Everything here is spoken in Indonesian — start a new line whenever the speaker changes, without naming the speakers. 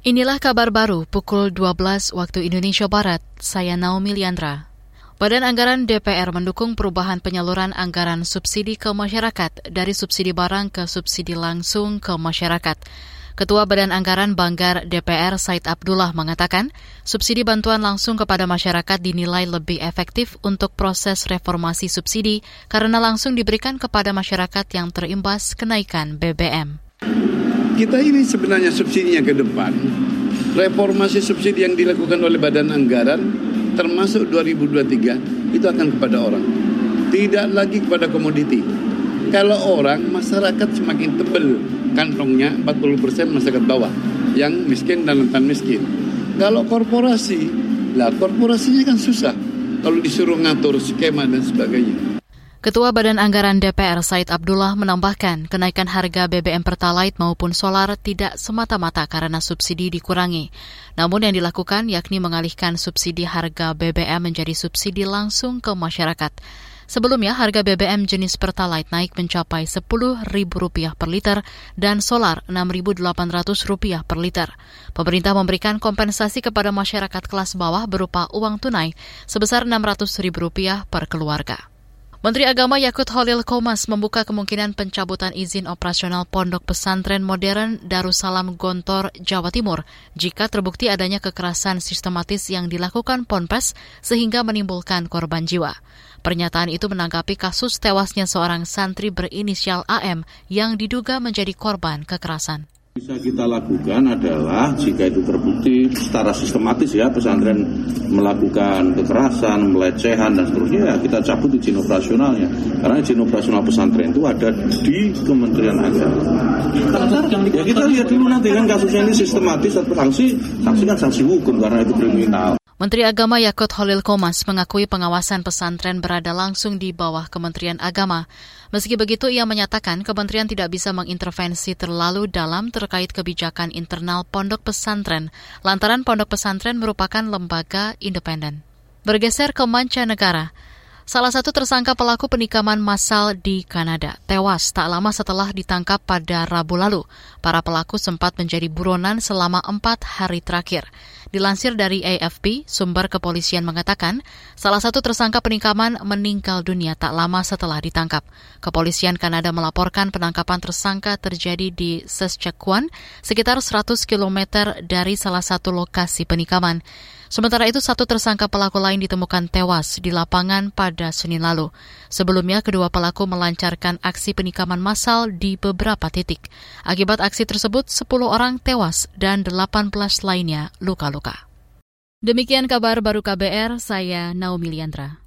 Inilah kabar baru pukul 12 waktu Indonesia Barat. Saya Naomi Liandra. Badan Anggaran DPR mendukung perubahan penyaluran anggaran subsidi ke masyarakat dari subsidi barang ke subsidi langsung ke masyarakat. Ketua Badan Anggaran Banggar DPR Said Abdullah mengatakan, subsidi bantuan langsung kepada masyarakat dinilai lebih efektif untuk proses reformasi subsidi karena langsung diberikan kepada masyarakat yang terimbas kenaikan BBM.
Kita ini sebenarnya subsidinya ke depan, reformasi subsidi yang dilakukan oleh Badan Anggaran termasuk 2023 itu akan kepada orang, tidak lagi kepada komoditi. Kalau orang, masyarakat semakin tebal kantongnya, 40% masyarakat bawah yang miskin dan rentan miskin. Kalau korporasi, korporasinya kan susah kalau disuruh ngatur skema dan sebagainya.
Ketua Badan Anggaran DPR Said Abdullah menambahkan kenaikan harga BBM Pertalite maupun solar tidak semata-mata karena subsidi dikurangi. Namun yang dilakukan yakni mengalihkan subsidi harga BBM menjadi subsidi langsung ke masyarakat. Sebelumnya harga BBM jenis Pertalite naik mencapai Rp10.000 per liter dan solar Rp6.800 per liter. Pemerintah memberikan kompensasi kepada masyarakat kelas bawah berupa uang tunai sebesar Rp600.000 per keluarga. Menteri Agama Yakut Holil Qomas membuka kemungkinan pencabutan izin operasional Pondok Pesantren Modern Darussalam Gontor, Jawa Timur, jika terbukti adanya kekerasan sistematis yang dilakukan Ponpes sehingga menimbulkan korban jiwa. Pernyataan itu menanggapi kasus tewasnya seorang santri berinisial AM yang diduga menjadi korban kekerasan.
Bisa kita lakukan adalah jika itu terbukti secara sistematis pesantren melakukan kekerasan, pelecehan dan seterusnya, kita cabut izin operasionalnya. Karena izin operasional pesantren itu ada di Kementerian Agama. Ya kita lihat dulu nanti kan kasusnya ini sistematis atau sanksi kan sanksi hukum karena itu kriminal.
Menteri Agama Yakut Holil Qomas mengakui pengawasan pesantren berada langsung di bawah Kementerian Agama. Meski begitu, ia menyatakan kementerian tidak bisa mengintervensi terlalu dalam terkait kebijakan internal pondok pesantren, lantaran pondok pesantren merupakan lembaga independen. Bergeser ke mancanegara. Salah satu tersangka pelaku penikaman massal di Kanada tewas tak lama setelah ditangkap pada Rabu lalu. Para pelaku sempat menjadi buronan selama 4 hari terakhir. Dilansir dari AFP, sumber kepolisian mengatakan salah satu tersangka penikaman meninggal dunia tak lama setelah ditangkap. Kepolisian Kanada melaporkan penangkapan tersangka terjadi di Saskatchewan, sekitar 100 km dari salah satu lokasi penikaman. Sementara itu, satu tersangka pelaku lain ditemukan tewas di lapangan pada Senin lalu. Sebelumnya, kedua pelaku melancarkan aksi penikaman massal di beberapa titik. Akibat aksi tersebut, 10 orang tewas dan 18 lainnya luka-luka. Demikian kabar baru KBR, saya Naomi Liandra.